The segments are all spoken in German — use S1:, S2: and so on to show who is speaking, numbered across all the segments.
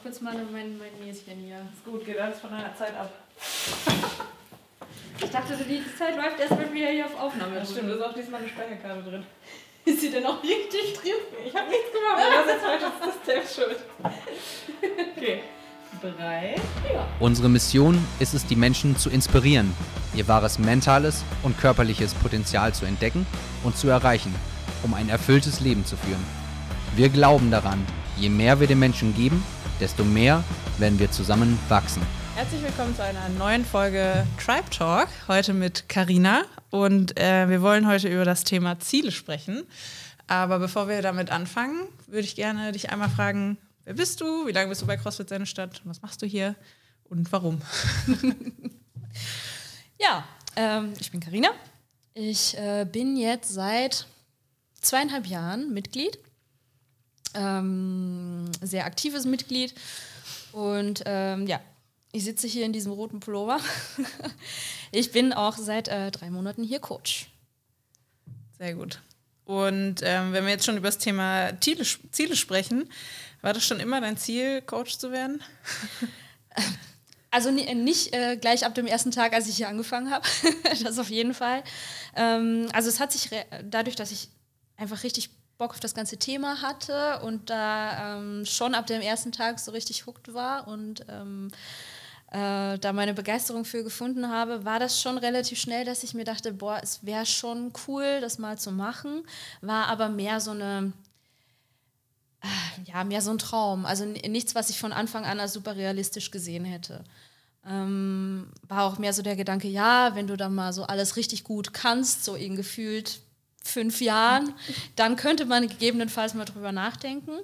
S1: kurz mal mein Näschen hier.
S2: Ist gut, geht alles von deiner Zeit ab.
S1: Ich dachte, die Zeit läuft erst, wenn wir hier auf Aufnahme
S2: Das stimmt, da ist auch diesmal eine Speicherkarte drin.
S1: Ist sie denn auch richtig drin?
S2: Ich habe nichts gemacht, aber das ist jetzt falsch, das ist schuld. Okay, bereit?
S1: Ja.
S3: Unsere Mission ist es, die Menschen zu inspirieren, ihr wahres mentales und körperliches Potenzial zu entdecken und zu erreichen, um ein erfülltes Leben zu führen. Wir glauben daran, je mehr wir den Menschen geben, desto mehr werden wir zusammen wachsen.
S2: Herzlich willkommen zu einer neuen Folge Tribe Talk, heute mit Carina. Und wir wollen heute über das Thema Ziele sprechen. Aber bevor wir damit anfangen, würde ich gerne dich einmal fragen, wer bist du, wie lange bist du bei CrossFit Sennestadt, was machst du hier und warum?
S1: Ja, ich bin Carina. Ich bin jetzt seit 2,5 Jahren Mitglied. Sehr aktives Mitglied. Und ich sitze hier in diesem roten Pullover. Ich bin auch seit 3 Monaten hier Coach.
S2: Sehr gut. Und wenn wir jetzt schon über das Thema Ziele sprechen, war das schon immer dein Ziel, Coach zu werden?
S1: Also nicht gleich ab dem ersten Tag, als ich hier angefangen habe. Das auf jeden Fall. Also es hat sich dadurch, dass ich einfach richtig Bock auf das ganze Thema hatte und da schon ab dem ersten Tag so richtig hooked war und da meine Begeisterung für gefunden habe, war das schon relativ schnell, dass ich mir dachte, boah, es wäre schon cool, das mal zu machen, war aber mehr so ein Traum, also nichts, was ich von Anfang an als super realistisch gesehen hätte. War auch mehr so der Gedanke, ja, wenn du dann mal so alles richtig gut kannst, so in gefühlt 5 Jahren, dann könnte man gegebenenfalls mal drüber nachdenken.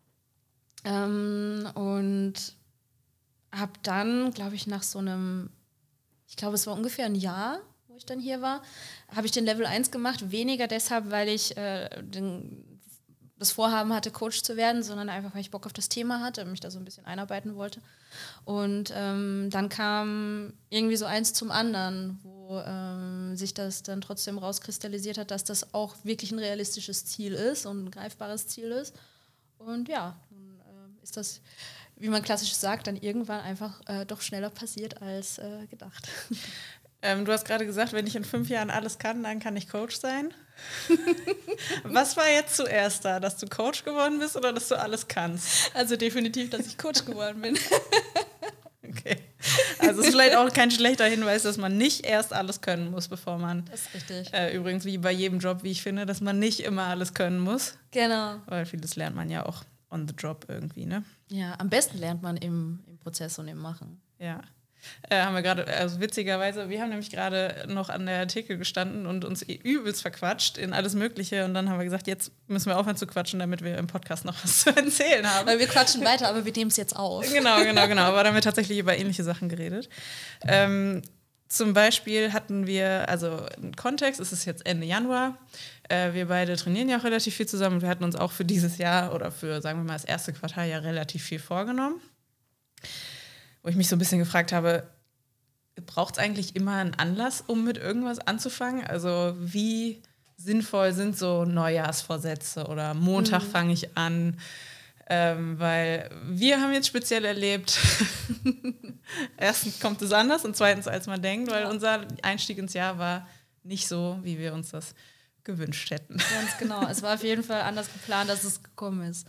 S1: Und habe dann, glaube ich, nach so einem, ich glaube, es war ungefähr ein Jahr, wo ich dann hier war, habe ich den Level 1 gemacht. Weniger deshalb, weil ich das Vorhaben hatte, Coach zu werden, sondern einfach, weil ich Bock auf das Thema hatte und mich da so ein bisschen einarbeiten wollte. Und dann kam irgendwie so eins zum anderen, wo sich das dann trotzdem rauskristallisiert hat, dass das auch wirklich ein realistisches Ziel ist und ein greifbares Ziel ist. Und ja, dann ist das, wie man klassisch sagt, dann irgendwann einfach doch schneller passiert als gedacht.
S2: Du hast gerade gesagt, wenn ich in 5 Jahren alles kann, dann kann ich Coach sein. Was war jetzt zuerst da, dass du Coach geworden bist oder dass du alles kannst?
S1: Also definitiv, dass ich Coach geworden bin.
S2: Okay. Also es ist vielleicht auch kein schlechter Hinweis, dass man nicht erst alles können muss, bevor man...
S1: Das ist richtig.
S2: Übrigens wie bei jedem Job, wie ich finde, dass man nicht immer alles können muss.
S1: Genau.
S2: Weil vieles lernt man ja auch on the job irgendwie, ne?
S1: Ja, am besten lernt man im Prozess und im Machen.
S2: Ja. Haben wir gerade, also witzigerweise, wir haben nämlich gerade noch an der Theke gestanden und uns übelst verquatscht in alles Mögliche und dann haben wir gesagt, jetzt müssen wir aufhören zu quatschen, damit wir im Podcast noch was zu erzählen haben.
S1: Weil wir quatschen weiter, aber wir nehmen es jetzt auf.
S2: Genau. Aber da haben wir tatsächlich über ähnliche Sachen geredet. Zum Beispiel hatten wir, also im Kontext, es ist jetzt Ende Januar, wir beide trainieren ja auch relativ viel zusammen und wir hatten uns auch für dieses Jahr oder für, sagen wir mal, das erste Quartal ja relativ viel vorgenommen. Wo ich mich so ein bisschen gefragt habe, braucht es eigentlich immer einen Anlass, um mit irgendwas anzufangen? Also wie sinnvoll sind so Neujahrsvorsätze oder Montag fange ich an? Weil wir haben jetzt speziell erlebt, erstens kommt es anders und zweitens als man denkt, weil unser Einstieg ins Jahr war nicht so, wie wir uns das gewünscht hätten.
S1: Ganz genau, es war auf jeden Fall anders geplant, als es gekommen ist.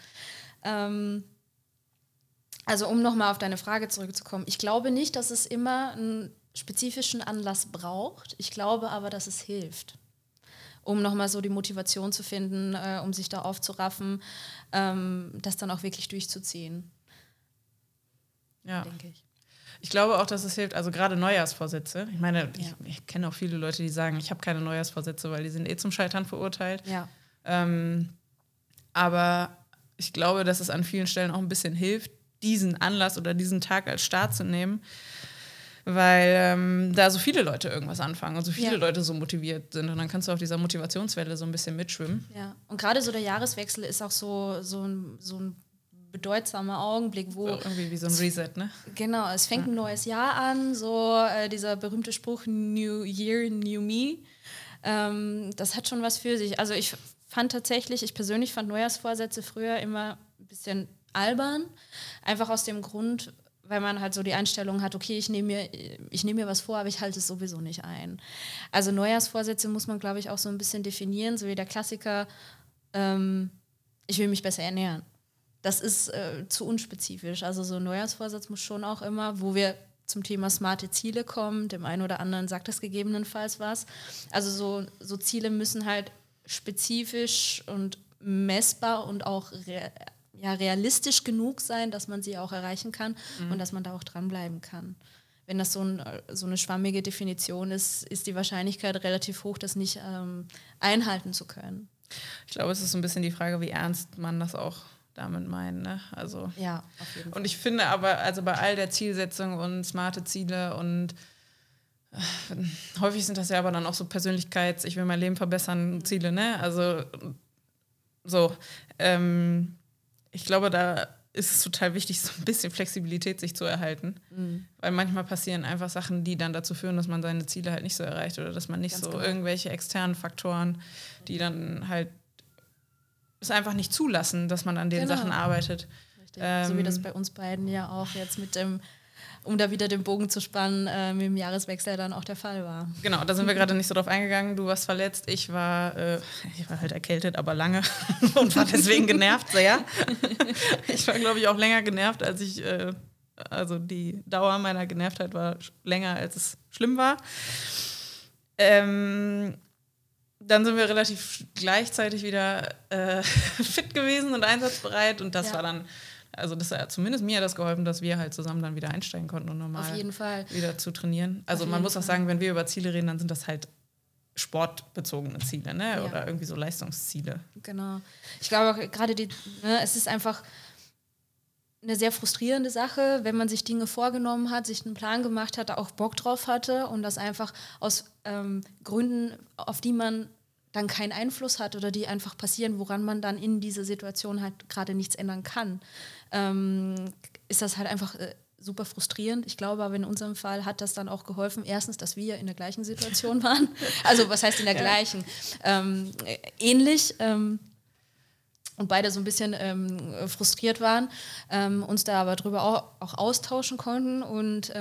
S1: Also um nochmal auf deine Frage zurückzukommen, ich glaube nicht, dass es immer einen spezifischen Anlass braucht. Ich glaube aber, dass es hilft, um nochmal so die Motivation zu finden, um sich da aufzuraffen, das dann auch wirklich durchzuziehen.
S2: Ja,
S1: denke ich.
S2: Ich glaube auch, dass es hilft, also gerade Neujahrsvorsätze. Ich meine, ich kenne auch viele Leute, die sagen, ich habe keine Neujahrsvorsätze, weil die sind zum Scheitern verurteilt.
S1: Ja.
S2: Aber ich glaube, dass es an vielen Stellen auch ein bisschen hilft, diesen Anlass oder diesen Tag als Start zu nehmen, weil da so viele Leute irgendwas anfangen und so viele Leute so motiviert sind und dann kannst du auf dieser Motivationswelle so ein bisschen mitschwimmen.
S1: Ja, und gerade so der Jahreswechsel ist auch so ein bedeutsamer Augenblick, wo...
S2: Irgendwie wie so ein Reset, ne?
S1: Genau, es fängt ein neues Jahr an, so dieser berühmte Spruch New Year, New Me. Das hat schon was für sich. Also ich persönlich fand Neujahrsvorsätze früher immer ein bisschen albern. Einfach aus dem Grund, weil man halt so die Einstellung hat, okay, ich nehme mir was vor, aber ich halte es sowieso nicht ein. Also Neujahrsvorsätze muss man, glaube ich, auch so ein bisschen definieren, so wie der Klassiker, ich will mich besser ernähren. Das ist zu unspezifisch. Also so ein Neujahrsvorsatz muss schon auch immer, wo wir zum Thema smarte Ziele kommen, dem einen oder anderen sagt das gegebenenfalls was. Also so Ziele müssen halt spezifisch und messbar und auch realistisch genug sein, dass man sie auch erreichen kann und dass man da auch dranbleiben kann. Wenn das so eine schwammige Definition ist, ist die Wahrscheinlichkeit relativ hoch, das nicht einhalten zu können.
S2: Ich glaube, es ist so ein bisschen die Frage, wie ernst man das auch damit meint. Ne? Also,
S1: ja, auf jeden Fall.
S2: Und ich finde aber, also bei all der Zielsetzung und smarte Ziele und häufig sind das ja aber dann auch so ich will mein Leben verbessern, Ziele, ne? Also so, ich glaube, da ist es total wichtig, so ein bisschen Flexibilität sich zu erhalten. Weil manchmal passieren einfach Sachen, die dann dazu führen, dass man seine Ziele halt nicht so erreicht oder dass man nicht Ganz so genau. irgendwelche externen Faktoren, die dann halt es einfach nicht zulassen, dass man an den Sachen arbeitet.
S1: Richtig. So wie das bei uns beiden ja auch jetzt mit dem, um da wieder den Bogen zu spannen, mit dem Jahreswechsel dann auch der Fall war.
S2: Genau, da sind wir gerade nicht so drauf eingegangen. Du warst verletzt, ich war halt erkältet, aber lange und war deswegen genervt sehr. Ich war, glaube ich, auch länger genervt, als ich, also die Dauer meiner Genervtheit war länger, als es schlimm war. Dann sind wir relativ gleichzeitig wieder fit gewesen und einsatzbereit und das war dann, also das hat zumindest mir das geholfen, dass wir halt zusammen dann wieder einsteigen konnten und normal
S1: Auf jeden Fall.
S2: wieder zu trainieren. Also man muss auch sagen, wenn wir über Ziele reden, dann sind das halt sportbezogene Ziele, ne? Ja. Oder irgendwie so Leistungsziele.
S1: Genau. Ich glaube auch gerade es ist einfach eine sehr frustrierende Sache, wenn man sich Dinge vorgenommen hat, sich einen Plan gemacht hat, auch Bock drauf hatte und das einfach aus Gründen, auf die man dann keinen Einfluss hat oder die einfach passieren, woran man dann in dieser Situation halt gerade nichts ändern kann, ist das halt einfach super frustrierend. Ich glaube aber in unserem Fall hat das dann auch geholfen, erstens, dass wir in der gleichen Situation waren, also was heißt in der gleichen? Ähnlich, und beide so ein bisschen frustriert waren, uns da aber drüber auch austauschen konnten und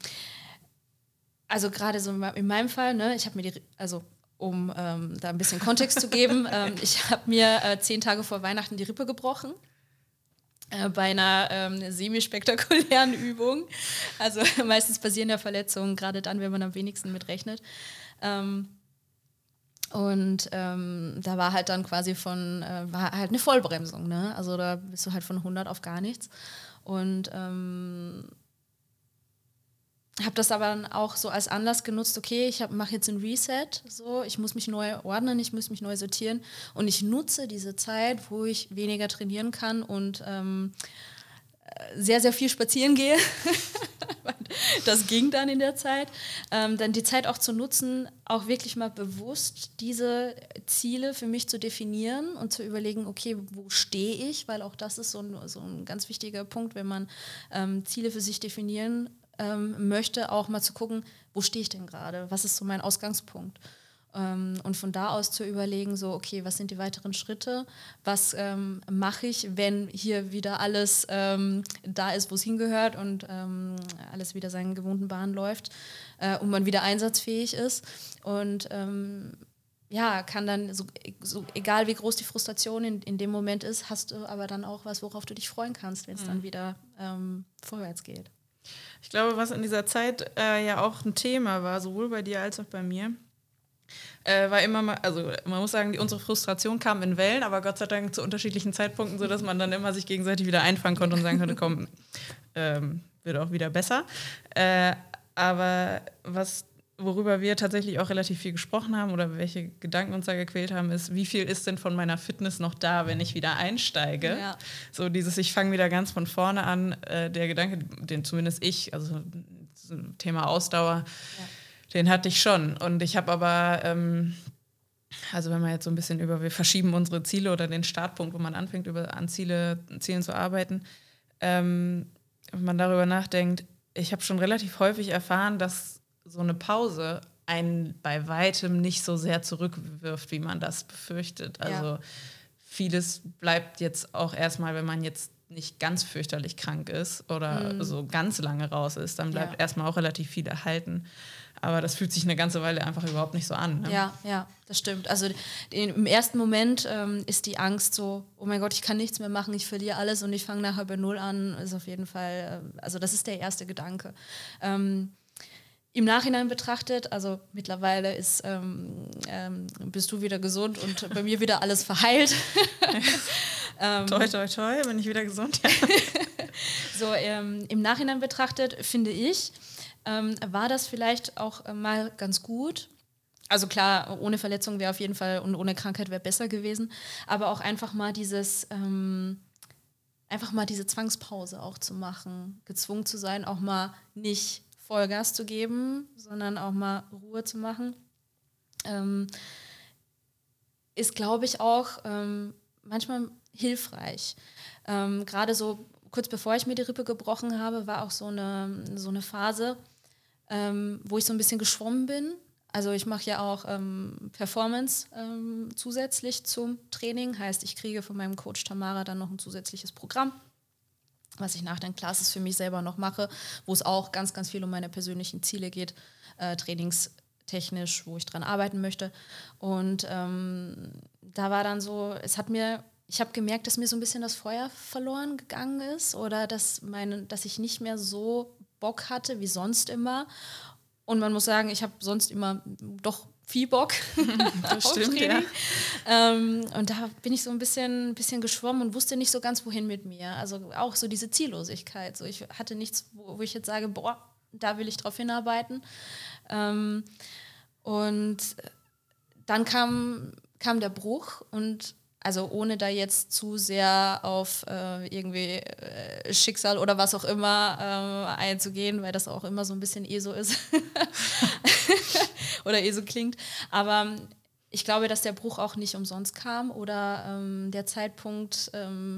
S1: also gerade so in meinem Fall, ne, ich habe mir um da ein bisschen Kontext zu geben, ich habe mir 10 Tage vor Weihnachten die Rippe gebrochen. Bei einer semi-spektakulären Übung. Also meistens passieren ja Verletzungen, gerade dann, wenn man am wenigsten mit rechnet. Und da war halt dann quasi war halt eine Vollbremsung, ne? Also da bist du halt von 100 auf gar nichts. Und habe das aber dann auch so als Anlass genutzt, okay, ich mache jetzt ein Reset, so, ich muss mich neu ordnen, ich muss mich neu sortieren und ich nutze diese Zeit, wo ich weniger trainieren kann und sehr, sehr viel spazieren gehe. Das ging dann in der Zeit. Dann die Zeit auch zu nutzen, auch wirklich mal bewusst diese Ziele für mich zu definieren und zu überlegen, okay, wo stehe ich? Weil auch das ist so ein ganz wichtiger Punkt, wenn man Ziele für sich definieren möchte, auch mal zu gucken, wo stehe ich denn gerade? Was ist so mein Ausgangspunkt? Und von da aus zu überlegen, so, okay, was sind die weiteren Schritte? Was mache ich, wenn hier wieder alles da ist, wo es hingehört und alles wieder seinen gewohnten Bahnen läuft und man wieder einsatzfähig ist? Und kann dann, so egal wie groß die Frustration in dem Moment ist, hast du aber dann auch was, worauf du dich freuen kannst, wenn es dann wieder vorwärts geht.
S2: Ich glaube, was in dieser Zeit ja auch ein Thema war, sowohl bei dir als auch bei mir, war immer mal, also man muss sagen, unsere Frustration kam in Wellen, aber Gott sei Dank zu unterschiedlichen Zeitpunkten, sodass man dann immer sich gegenseitig wieder einfangen konnte und sagen konnte, komm, wird auch wieder besser. Aber worüber wir tatsächlich auch relativ viel gesprochen haben oder welche Gedanken uns da gequält haben, ist, wie viel ist denn von meiner Fitness noch da, wenn ich wieder einsteige? Ja. So dieses, ich fange wieder ganz von vorne an, der Gedanke, den zumindest ich, also Thema Ausdauer, den hatte ich schon. Und ich habe aber, also wenn man jetzt so ein bisschen wir verschieben unsere Ziele oder den Startpunkt, wo man anfängt, an Zielen zu arbeiten, wenn man darüber nachdenkt, ich habe schon relativ häufig erfahren, dass so eine Pause einen bei weitem nicht so sehr zurückwirft, wie man das befürchtet. Also vieles bleibt jetzt auch erstmal, wenn man jetzt nicht ganz fürchterlich krank ist oder so ganz lange raus ist, dann bleibt erstmal auch relativ viel erhalten. Aber das fühlt sich eine ganze Weile einfach überhaupt nicht so an. Ne?
S1: Ja, das stimmt. Also im ersten Moment ist die Angst so, oh mein Gott, ich kann nichts mehr machen, ich verliere alles und ich fange nachher bei Null an, ist auf jeden Fall, also das ist der erste Gedanke. Im Nachhinein betrachtet, also mittlerweile bist du wieder gesund und bei mir wieder alles verheilt.
S2: Toi, toi, toi, bin ich wieder gesund. Ja.
S1: So, im Nachhinein betrachtet, finde ich, war das vielleicht auch mal ganz gut. Also klar, ohne Verletzung wäre auf jeden Fall und ohne Krankheit wäre besser gewesen, aber auch einfach mal diese Zwangspause auch zu machen, gezwungen zu sein, auch mal nicht Vollgas zu geben, sondern auch mal Ruhe zu machen, ist, glaube ich, auch manchmal hilfreich. Gerade so kurz bevor ich mir die Rippe gebrochen habe, war auch so eine Phase, wo ich so ein bisschen geschwommen bin. Also ich mache ja auch Performance zusätzlich zum Training. Heißt, ich kriege von meinem Coach Tamara dann noch ein zusätzliches Programm, was ich nach den Classes für mich selber noch mache, wo es auch ganz, ganz viel um meine persönlichen Ziele geht, trainingstechnisch, wo ich dran arbeiten möchte. Und da war dann so, ich habe gemerkt, dass mir so ein bisschen das Feuer verloren gegangen ist oder dass ich nicht mehr so Bock hatte wie sonst immer. Und man muss sagen, ich habe sonst immer doch viel Bock.
S2: Das stimmt, ja.
S1: Und da bin ich so ein bisschen geschwommen und wusste nicht so ganz, wohin mit mir. Also auch so diese Ziellosigkeit. So, ich hatte nichts, wo ich jetzt sage, boah, da will ich drauf hinarbeiten. Und dann kam der Bruch und also ohne da jetzt zu sehr auf irgendwie Schicksal oder was auch immer einzugehen, weil das auch immer so ein bisschen so ist oder so klingt. Aber ich glaube, dass der Bruch auch nicht umsonst kam oder der Zeitpunkt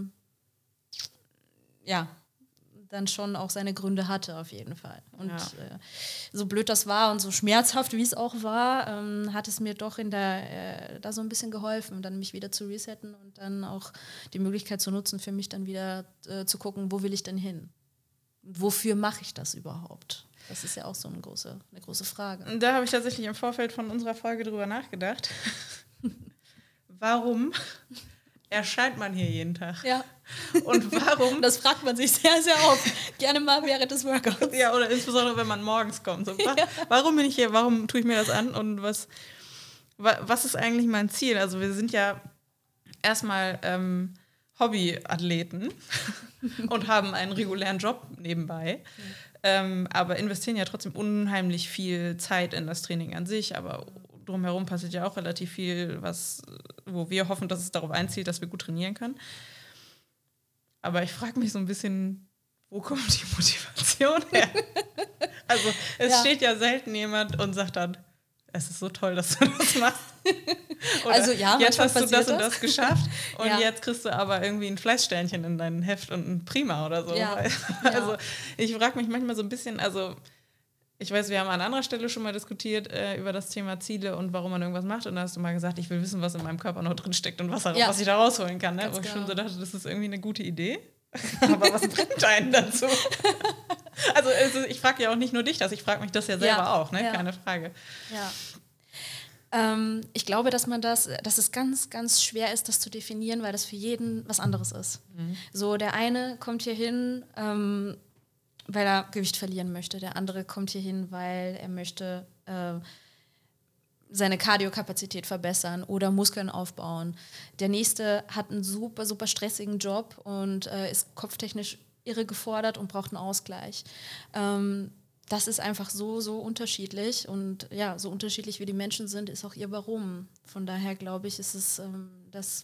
S1: dann schon auch seine Gründe hatte auf jeden Fall. Und so blöd das war und so schmerzhaft, wie es auch war, hat es mir doch da so ein bisschen geholfen, dann mich wieder zu resetten und dann auch die Möglichkeit zu nutzen, für mich dann wieder zu gucken, wo will ich denn hin? Wofür mache ich das überhaupt? Das ist ja auch so eine große Frage.
S2: Da habe ich tatsächlich im Vorfeld von unserer Folge drüber nachgedacht. Warum erscheint man hier jeden Tag?
S1: Ja.
S2: Und warum?
S1: Das fragt man sich sehr, sehr oft. Gerne mal während des Workouts.
S2: Ja, oder insbesondere, wenn man morgens kommt. So, warum bin ich hier? Warum tue ich mir das an? Und was ist eigentlich mein Ziel? Also wir sind ja erstmal Hobbyathleten und haben einen regulären Job nebenbei. Aber investieren ja trotzdem unheimlich viel Zeit in das Training an sich. Aber drumherum passiert ja auch relativ viel, wo wir hoffen, dass es darauf einzielt, dass wir gut trainieren können. Aber ich frage mich so ein bisschen, wo kommt die Motivation her? Also es steht ja selten jemand und sagt dann, es ist so toll, dass du das machst. Oder
S1: also ja,
S2: jetzt hast du das und das geschafft und
S1: ja.
S2: Jetzt kriegst du aber irgendwie ein Fleißsternchen in dein Heft und ein Prima oder so.
S1: Ja.
S2: Also ich frage mich manchmal so ein bisschen, also ich weiß, wir haben an anderer Stelle schon mal diskutiert über das Thema Ziele und warum man irgendwas macht. Und da hast du mal gesagt, ich will wissen, was in meinem Körper noch drin steckt und was ich da rausholen kann. Ne? Wo ich schon so dachte, das ist irgendwie eine gute Idee. Aber was bringt einen dazu? Also ich frage ja auch nicht nur dich das, ich frage mich das ja selber auch, ne? Keine Frage.
S1: Ja. Ich glaube, dass es ganz, ganz schwer ist, das zu definieren, weil das für jeden was anderes ist. Mhm. So, der eine kommt hier hin, weil er Gewicht verlieren möchte. Der andere kommt hier hin, weil er möchte seine Kardiokapazität verbessern oder Muskeln aufbauen. Der nächste hat einen super, super stressigen Job und ist kopftechnisch irre gefordert und braucht einen Ausgleich. Das ist einfach so, so unterschiedlich und ja, so unterschiedlich wie die Menschen sind, ist auch ihr Warum. Von daher glaube ich, ist es das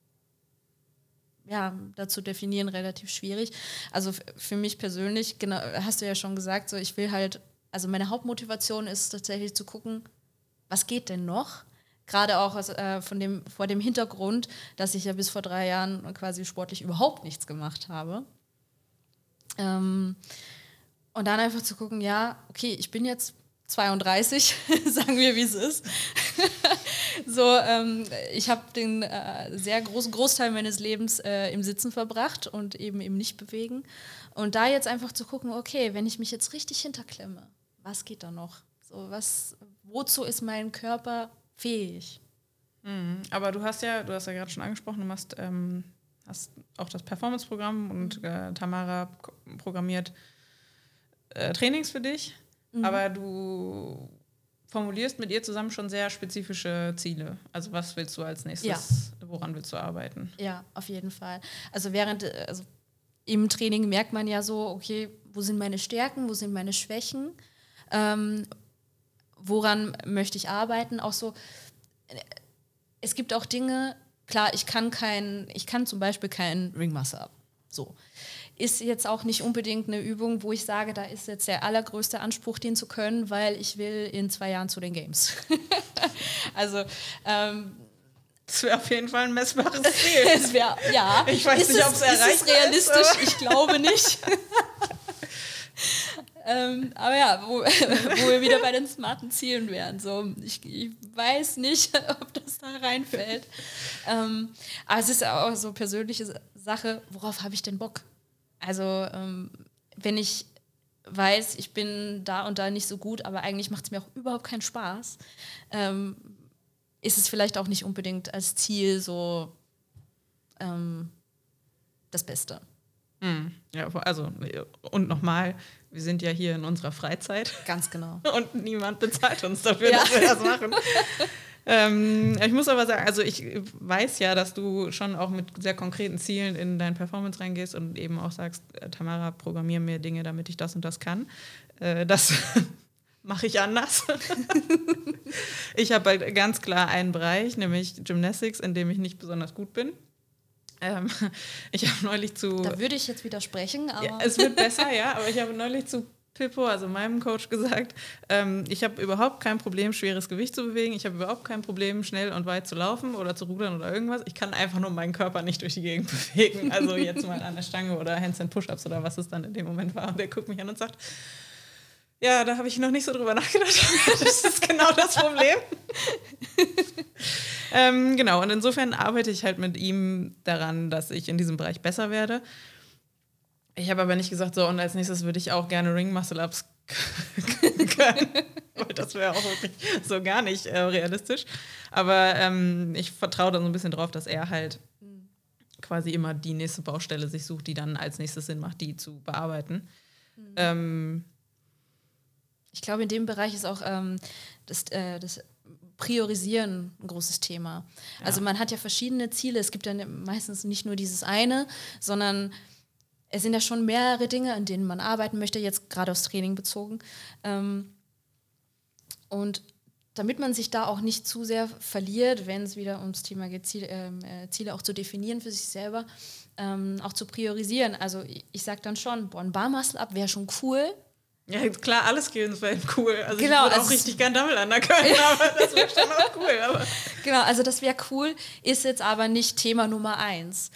S1: da zu definieren relativ schwierig. Also für mich persönlich, genau, hast du ja schon gesagt, so ich will halt, also meine Hauptmotivation ist tatsächlich zu gucken, was geht denn noch? Gerade auch vor dem Hintergrund, dass ich ja bis vor 3 Jahren quasi sportlich überhaupt nichts gemacht habe. Und dann einfach zu gucken, ja, okay, ich bin jetzt 32, sagen wir, wie es ist. So, ich habe den sehr großen Großteil meines Lebens im Sitzen verbracht und eben im Nicht-Bewegen. Und da jetzt einfach zu gucken, okay, wenn ich mich jetzt richtig hinterklemme, was geht da noch? So, wozu ist mein Körper fähig?
S2: Aber du hast ja gerade schon angesprochen, du hast auch das Performance-Programm und Tamara programmiert Trainings für dich, aber du formulierst mit ihr zusammen schon sehr spezifische Ziele. Also was willst du als nächstes, woran willst du arbeiten?
S1: Ja, auf jeden Fall. Also im Training merkt man ja so, okay, wo sind meine Stärken, wo sind meine Schwächen, woran möchte ich arbeiten? Auch so, es gibt auch Dinge, klar, ich kann zum Beispiel keinen Ring Muscle-Up. So. Ist jetzt auch nicht unbedingt eine Übung, wo ich sage, da ist jetzt der allergrößte Anspruch, den zu können, weil ich will in 2 Jahren zu den Games. Also,
S2: das wäre auf jeden Fall ein messbares Ziel.
S1: Ich
S2: weiß nicht, ob es erreicht
S1: ist. Ist es realistisch? Ich glaube nicht. Aber ja, wo wir wieder bei den smarten Zielen wären. So, ich weiß nicht, ob das da reinfällt. Aber es ist auch so persönliche Sache, worauf habe ich denn Bock? Also wenn ich weiß, ich bin da und da nicht so gut, aber eigentlich macht es mir auch überhaupt keinen Spaß, ist es vielleicht auch nicht unbedingt als Ziel so das Beste.
S2: Ja, also, und nochmal, wir sind ja hier in unserer Freizeit.
S1: Ganz genau.
S2: Und niemand bezahlt uns dafür, dass wir das machen. Ich muss aber sagen, also ich weiß ja, dass du schon auch mit sehr konkreten Zielen in deine Performance reingehst und eben auch sagst, Tamara, programmier mir Dinge, damit ich das und das kann. Das mache ich anders. Ich habe halt ganz klar einen Bereich, nämlich Gymnastics, in dem ich nicht besonders gut bin. Ich habe neulich
S1: Da würde ich jetzt widersprechen, aber...
S2: Ja, es wird besser, ja, aber ich habe neulich zu Pippo, also meinem Coach, gesagt, ich habe überhaupt kein Problem, schweres Gewicht zu bewegen. Ich habe überhaupt kein Problem, schnell und weit zu laufen oder zu rudern oder irgendwas. Ich kann einfach nur meinen Körper nicht durch die Gegend bewegen. Also jetzt mal an der Stange oder Handstand Push-Ups oder was es dann in dem Moment war. Und der guckt mich an und sagt, ja, da habe ich noch nicht so drüber nachgedacht. Das ist genau das Problem. Genau, und insofern arbeite ich halt mit ihm daran, dass ich in diesem Bereich besser werde. Ich habe aber nicht gesagt, so, und als nächstes würde ich auch gerne Ring-Muscle-Ups können. Weil das wäre auch wirklich so gar nicht realistisch. Aber ich vertraue da so ein bisschen drauf, dass er halt quasi immer die nächste Baustelle sich sucht, die dann als nächstes Sinn macht, die zu bearbeiten.
S1: Ich glaube, in dem Bereich ist auch das Priorisieren ein großes Thema. Ja. Also man hat ja verschiedene Ziele. Es gibt ja meistens nicht nur dieses eine, sondern es sind ja schon mehrere Dinge, an denen man arbeiten möchte, jetzt gerade aufs Training bezogen. Und damit man sich da auch nicht zu sehr verliert, wenn es wieder ums Thema geht, Ziele auch zu definieren für sich selber, auch zu priorisieren. Also ich sage dann schon, ein Bar-Muscle-Up wäre schon cool.
S2: Ja, klar, alles Skills wäre cool. Also
S1: genau,
S2: ich würde auch richtig gern Double Under können, aber das wäre schon auch cool. Aber.
S1: Genau, also das wäre cool, ist jetzt aber nicht Thema Nummer 1.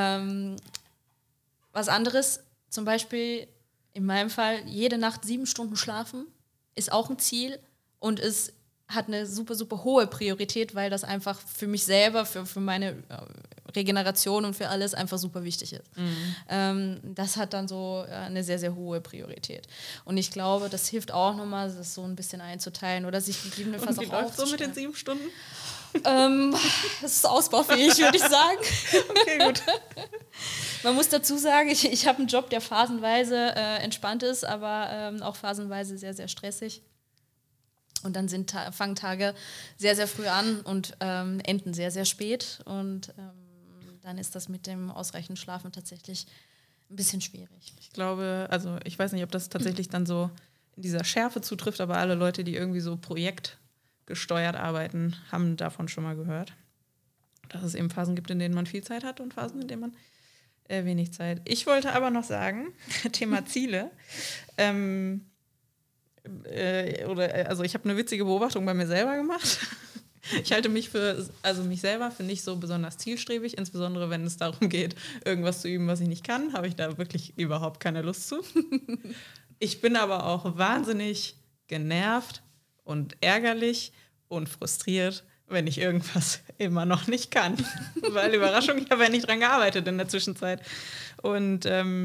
S1: Was anderes, zum Beispiel in meinem Fall, jede Nacht 7 Stunden schlafen, ist auch ein Ziel und es hat eine super, super hohe Priorität, weil das einfach für mich selber, für meine Regeneration und für alles einfach super wichtig ist. Das hat dann so eine sehr, sehr hohe Priorität. Und ich glaube, das hilft auch nochmal, das so ein bisschen einzuteilen oder sich gegebenenfalls auch aufzustellen.
S2: Und wie läuft so mit den 7 Stunden?
S1: Das ist ausbaufähig, würde ich sagen.
S2: Okay, gut.
S1: Man muss dazu sagen, ich habe einen Job, der phasenweise entspannt ist, aber auch phasenweise sehr, sehr stressig. Und dann fangen Tage sehr, sehr früh an und enden sehr, sehr spät. Und dann ist das mit dem ausreichend Schlafen tatsächlich ein bisschen schwierig.
S2: Ich glaube, also ich weiß nicht, ob das tatsächlich dann so in dieser Schärfe zutrifft, aber alle Leute, die irgendwie so projektgesteuert arbeiten, haben davon schon mal gehört. Dass es eben Phasen gibt, in denen man viel Zeit hat und Phasen, in denen man wenig Zeit. Ich wollte aber noch sagen, Thema Ziele, also ich habe eine witzige Beobachtung bei mir selber gemacht. Ich halte mich mich selber für nicht so besonders zielstrebig, insbesondere wenn es darum geht, irgendwas zu üben, was ich nicht kann, habe ich da wirklich überhaupt keine Lust zu. Ich bin aber auch wahnsinnig genervt und ärgerlich und frustriert, wenn ich irgendwas immer noch nicht kann. Weil Überraschung, ich habe ja nicht dran gearbeitet in der Zwischenzeit. Und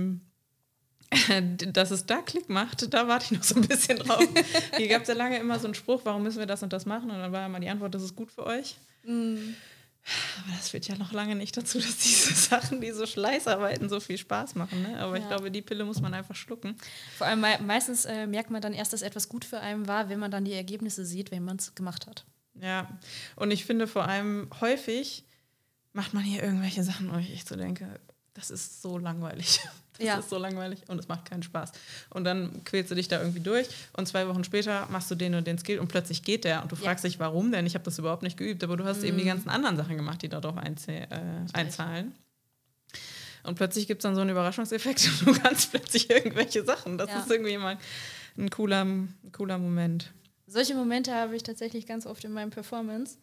S2: dass es da Klick macht, da warte ich noch so ein bisschen drauf. Hier gab es ja lange immer so einen Spruch, warum müssen wir das und das machen? Und dann war immer die Antwort, das ist gut für euch. Aber das führt ja noch lange nicht dazu, dass diese Sachen, diese Schleißarbeiten so viel Spaß machen. Ne? Aber ich glaube, die Pille muss man einfach schlucken.
S1: Vor allem meistens merkt man dann erst, dass etwas gut für einen war, wenn man dann die Ergebnisse sieht, wenn man es gemacht hat.
S2: Ja, und ich finde vor allem häufig macht man hier irgendwelche Sachen, wo ich echt so denke, das ist so langweilig. Das ist so langweilig und es macht keinen Spaß. Und dann quälst du dich da irgendwie durch und 2 Wochen später machst du den und den Skill und plötzlich geht der und du fragst dich, warum denn? Ich habe das überhaupt nicht geübt, aber du hast eben die ganzen anderen Sachen gemacht, die darauf einzahlen. Und plötzlich gibt es dann so einen Überraschungseffekt und du kannst plötzlich irgendwelche Sachen. Das ist irgendwie mal ein cooler Moment.
S1: Solche Momente habe ich tatsächlich ganz oft in meinem Performance.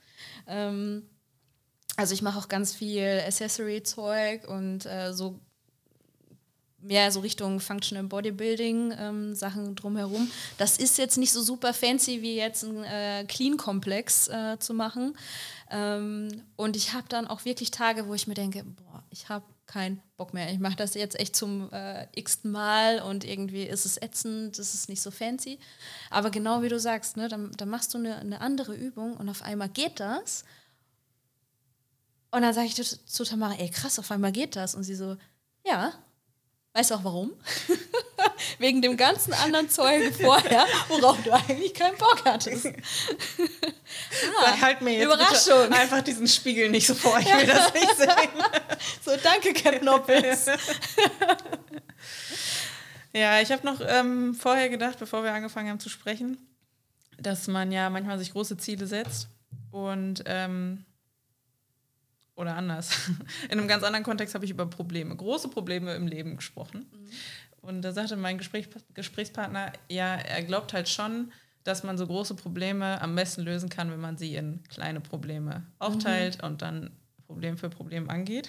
S1: Also ich mache auch ganz viel Accessory-Zeug und so mehr so Richtung Functional Bodybuilding, Sachen drumherum. Das ist jetzt nicht so super fancy, wie jetzt ein Clean-Komplex zu machen. Und ich habe dann auch wirklich Tage, wo ich mir denke, boah, ich habe keinen Bock mehr. Ich mache das jetzt echt zum x-ten Mal und irgendwie ist es ätzend, das ist nicht so fancy. Aber genau wie du sagst, ne, dann machst du eine andere Übung und auf einmal geht das. Und dann sage ich zu Tamara, ey krass, auf einmal geht das. Und sie so, ja, weißt du auch warum? Wegen dem ganzen anderen Zeug vorher, worauf du eigentlich keinen Bock hattest.
S2: Halt mir jetzt
S1: Überraschung.
S2: Einfach diesen Spiegel nicht so vor, ich will das nicht sehen.
S1: So, danke, Captain Obvious.
S2: Ja, ich habe noch vorher gedacht, bevor wir angefangen haben zu sprechen, dass man ja manchmal sich große Ziele setzt und oder anders. In einem ganz anderen Kontext habe ich über große Probleme im Leben gesprochen. Und da sagte mein Gesprächspartner, ja, er glaubt halt schon, dass man so große Probleme am besten lösen kann, wenn man sie in kleine Probleme aufteilt und dann Problem für Problem angeht.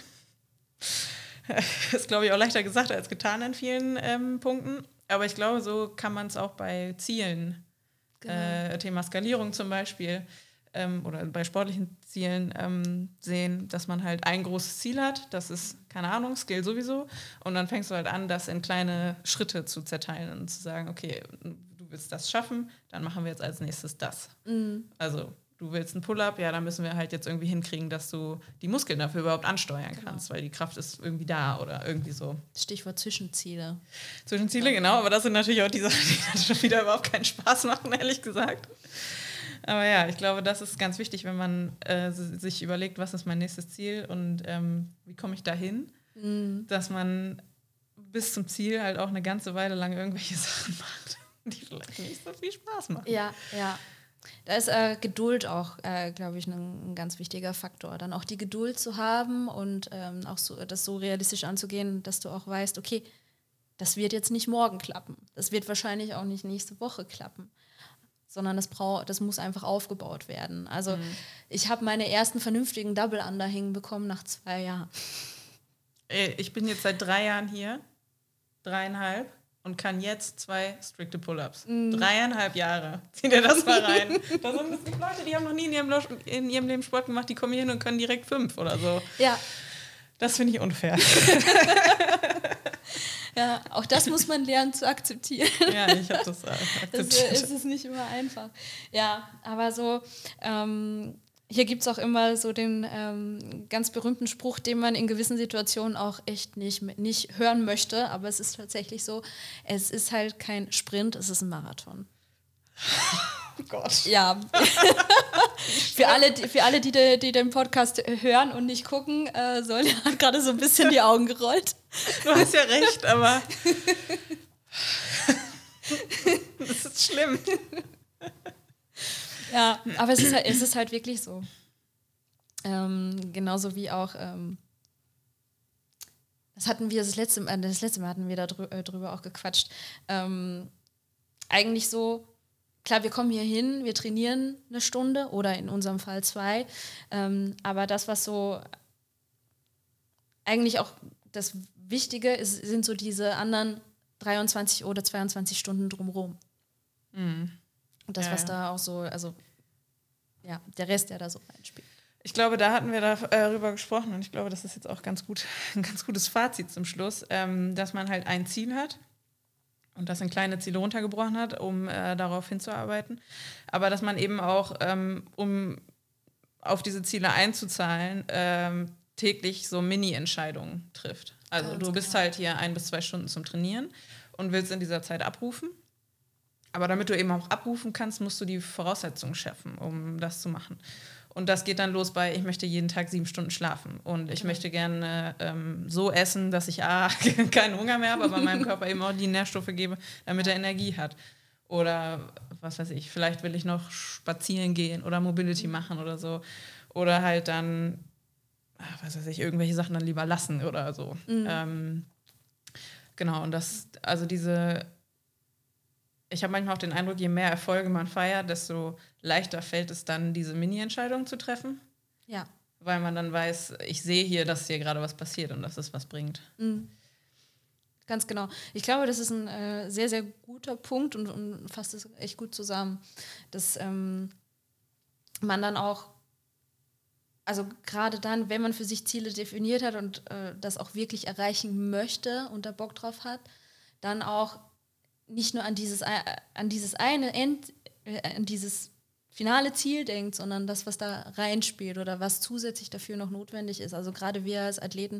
S2: Ist, glaube ich, auch leichter gesagt als getan in vielen Punkten. Aber ich glaube, so kann man es auch bei Zielen, Thema Skalierung zum Beispiel, oder bei sportlichen Zielen sehen, dass man halt ein großes Ziel hat, das ist, keine Ahnung, Skill sowieso, und dann fängst du halt an, das in kleine Schritte zu zerteilen und zu sagen, okay, du willst das schaffen, dann machen wir jetzt als nächstes das. Also du willst einen Pull-up, ja, dann müssen wir halt jetzt irgendwie hinkriegen, dass du die Muskeln dafür überhaupt ansteuern kannst, weil die Kraft ist irgendwie da oder irgendwie so.
S1: Stichwort Zwischenziele.
S2: Zwischenziele, genau, aber das sind natürlich auch die Sachen, die dann schon wieder überhaupt keinen Spaß machen, ehrlich gesagt. Aber ja, ich glaube, das ist ganz wichtig, wenn man sich überlegt, was ist mein nächstes Ziel und wie komme ich da hin, dass man bis zum Ziel halt auch eine ganze Weile lang irgendwelche Sachen macht, die vielleicht nicht so viel Spaß machen.
S1: Ja. Da ist Geduld auch, glaube ich, ein ganz wichtiger Faktor. Dann auch die Geduld zu haben und auch das so realistisch anzugehen, dass du auch weißt, okay, das wird jetzt nicht morgen klappen. Das wird wahrscheinlich auch nicht nächste Woche klappen. Sondern das muss einfach aufgebaut werden. Also ich habe meine ersten vernünftigen Double-Under hinbekommen nach 2 Jahren.
S2: Ich bin jetzt seit 3 Jahren hier, 3,5, und kann jetzt 2 strikte Pull-Ups. 3,5 Jahre. Zieh dir das mal rein. Das sind Leute, die haben noch nie in ihrem Leben Sport gemacht, die kommen hier hin und können direkt 5 oder so.
S1: Ja.
S2: Das finde ich unfair.
S1: Ja, auch das muss man lernen zu akzeptieren.
S2: Ja, ich habe das akzeptiert.
S1: Das ist nicht immer einfach. Ja, aber so, hier gibt es auch immer so den ganz berühmten Spruch, den man in gewissen Situationen auch echt nicht hören möchte, aber es ist tatsächlich so, es ist halt kein Sprint, es ist ein Marathon.
S2: Oh Gott.
S1: Ja. Für alle, die den Podcast hören und nicht gucken, Sonja hat gerade so ein bisschen die Augen gerollt.
S2: Du hast ja recht, aber das ist schlimm.
S1: Ja, aber es ist halt wirklich so. Genauso wie auch, das letzte Mal hatten wir drüber auch gequatscht. Eigentlich so, klar, wir kommen hier hin, wir trainieren 1 Stunde oder in unserem Fall 2, aber das, was so eigentlich auch das Wichtige ist, sind so diese anderen 23 oder 22 Stunden drumherum. Und das, was da auch so, also ja, der Rest, der da so reinspielt.
S2: Ich glaube, da hatten wir darüber gesprochen und ich glaube, das ist jetzt auch ein ganz gutes Fazit zum Schluss, dass man halt ein Ziel hat und das in kleine Ziele runtergebrochen hat, um darauf hinzuarbeiten. Aber dass man eben auch, um auf diese Ziele einzuzahlen, täglich so Mini-Entscheidungen trifft. Also
S1: Ganz
S2: du bist halt hier 1 bis 2 Stunden zum Trainieren und willst in dieser Zeit abrufen. Aber damit du eben auch abrufen kannst, musst du die Voraussetzungen schaffen, um das zu machen. Und das geht dann los bei, ich möchte jeden Tag 7 Stunden schlafen. Und ich möchte gerne so essen, dass ich keinen Hunger mehr habe, aber meinem Körper eben auch die Nährstoffe gebe, damit er Energie hat. Oder, was weiß ich, vielleicht will ich noch spazieren gehen oder Mobility machen oder so. Oder halt dann, was weiß ich, irgendwelche Sachen dann lieber lassen oder so. Genau, und ich habe manchmal auch den Eindruck, je mehr Erfolge man feiert, desto leichter fällt es dann, diese Mini-Entscheidungen zu treffen.
S1: Ja.
S2: Weil man dann weiß, ich sehe hier, dass hier gerade was passiert und dass es was bringt.
S1: Mhm. Ganz genau. Ich glaube, das ist ein sehr, sehr guter Punkt und fasst es echt gut zusammen, dass man dann auch, also gerade dann, wenn man für sich Ziele definiert hat und das auch wirklich erreichen möchte und da Bock drauf hat, dann auch nicht nur an dieses finale Ziel denkt, sondern das, was da reinspielt oder was zusätzlich dafür noch notwendig ist. Also gerade wir als Athleten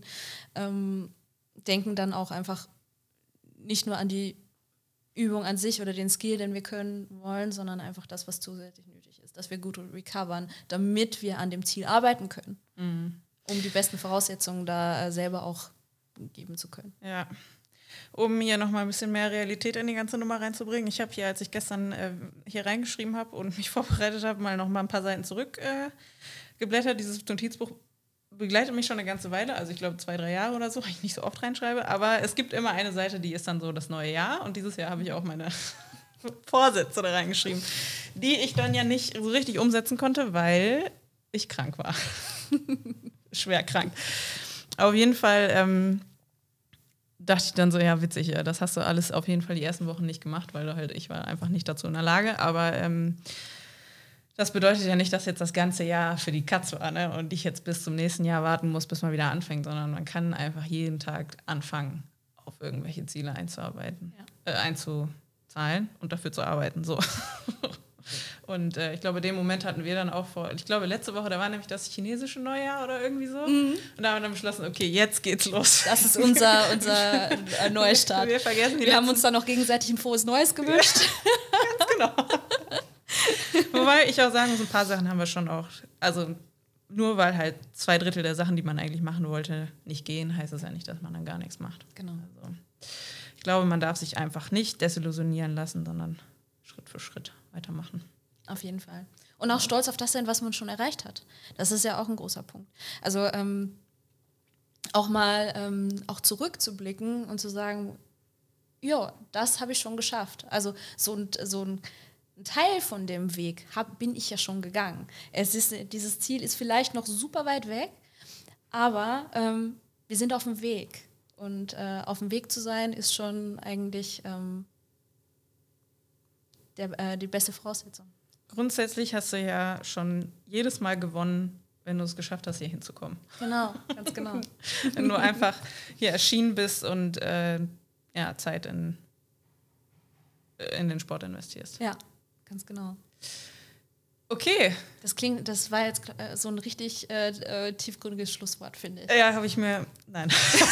S1: denken dann auch einfach nicht nur an die Übung an sich oder den Skill, den wir können wollen, sondern einfach das, was zusätzlich nötig ist, dass wir gut recovern, damit wir an dem Ziel arbeiten können, um die besten Voraussetzungen da selber auch geben zu können.
S2: Ja. Um hier nochmal ein bisschen mehr Realität in die ganze Nummer reinzubringen. Ich habe hier, als ich gestern hier reingeschrieben habe und mich vorbereitet habe, mal ein paar Seiten zurückgeblättert. Dieses Notizbuch begleitet mich schon eine ganze Weile, also ich glaube 2-3 Jahre oder so, weil ich nicht so oft reinschreibe. Aber es gibt immer eine Seite, die ist dann so das neue Jahr. Und dieses Jahr habe ich auch meine Vorsätze da reingeschrieben, die ich dann ja nicht so richtig umsetzen konnte, weil ich krank war. Schwer krank. Auf jeden Fall dachte ich dann so, ja, witzig, das hast du alles auf jeden Fall die ersten Wochen nicht gemacht, weil ich war einfach nicht dazu in der Lage, aber das bedeutet ja nicht, dass jetzt das ganze Jahr für die Katz war, ne? Und ich jetzt bis zum nächsten Jahr warten muss, bis man wieder anfängt, sondern man kann einfach jeden Tag anfangen, auf irgendwelche Ziele einzuzahlen und dafür zu arbeiten, so. Und ich glaube, den Moment hatten wir dann auch ich glaube, letzte Woche, da war nämlich das chinesische Neujahr oder irgendwie so. Und da haben wir dann beschlossen, okay, jetzt geht's los.
S1: Das ist unser Neustart.
S2: Wir
S1: haben uns dann noch gegenseitig ein frohes Neues gewünscht.
S2: Ganz genau. Wobei ich auch sagen muss, ein paar Sachen haben wir schon auch, also nur weil halt 2/3 der Sachen, die man eigentlich machen wollte, nicht gehen, heißt das ja nicht, dass man dann gar nichts macht.
S1: Genau.
S2: Also, ich glaube, man darf sich einfach nicht desillusionieren lassen, sondern Schritt für Schritt weitermachen.
S1: Auf jeden Fall. Und auch stolz auf das sein, was man schon erreicht hat. Das ist ja auch ein großer Punkt. Also auch mal auch zurückzublicken und zu sagen, ja, das habe ich schon geschafft. Also so ein Teil von dem Weg bin ich ja schon gegangen. Dieses Ziel ist vielleicht noch super weit weg, aber wir sind auf dem Weg. Und auf dem Weg zu sein, ist schon eigentlich die beste Voraussetzung.
S2: Grundsätzlich hast du ja schon jedes Mal gewonnen, wenn du es geschafft hast, hier hinzukommen.
S1: Genau, ganz genau.
S2: Wenn du einfach hier erschienen bist und Zeit in den Sport investierst.
S1: Ja, ganz genau.
S2: Okay.
S1: Das war jetzt so ein richtig tiefgründiges Schlusswort, finde ich.
S2: Ja, habe ich mir. Nein.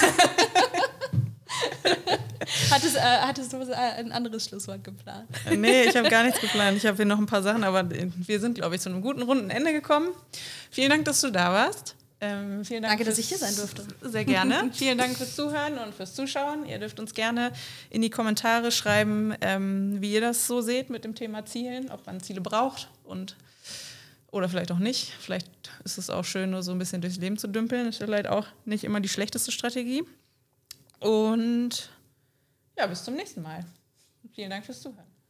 S1: Hattest du ein anderes Schlusswort geplant?
S2: Nee, ich habe gar nichts geplant. Ich habe hier noch ein paar Sachen, aber wir sind, glaube ich, zu einem guten, runden Ende gekommen. Vielen Dank, dass du da warst. Vielen Dank.
S1: Danke, dass ich hier sein durfte.
S2: Sehr gerne. Vielen Dank fürs Zuhören und fürs Zuschauen. Ihr dürft uns gerne in die Kommentare schreiben, wie ihr das so seht mit dem Thema Zielen, ob man Ziele braucht oder vielleicht auch nicht. Vielleicht ist es auch schön, nur so ein bisschen durchs Leben zu dümpeln. Das ist vielleicht auch nicht immer die schlechteste Strategie. Und ja, bis zum nächsten Mal. Vielen Dank fürs Zuhören.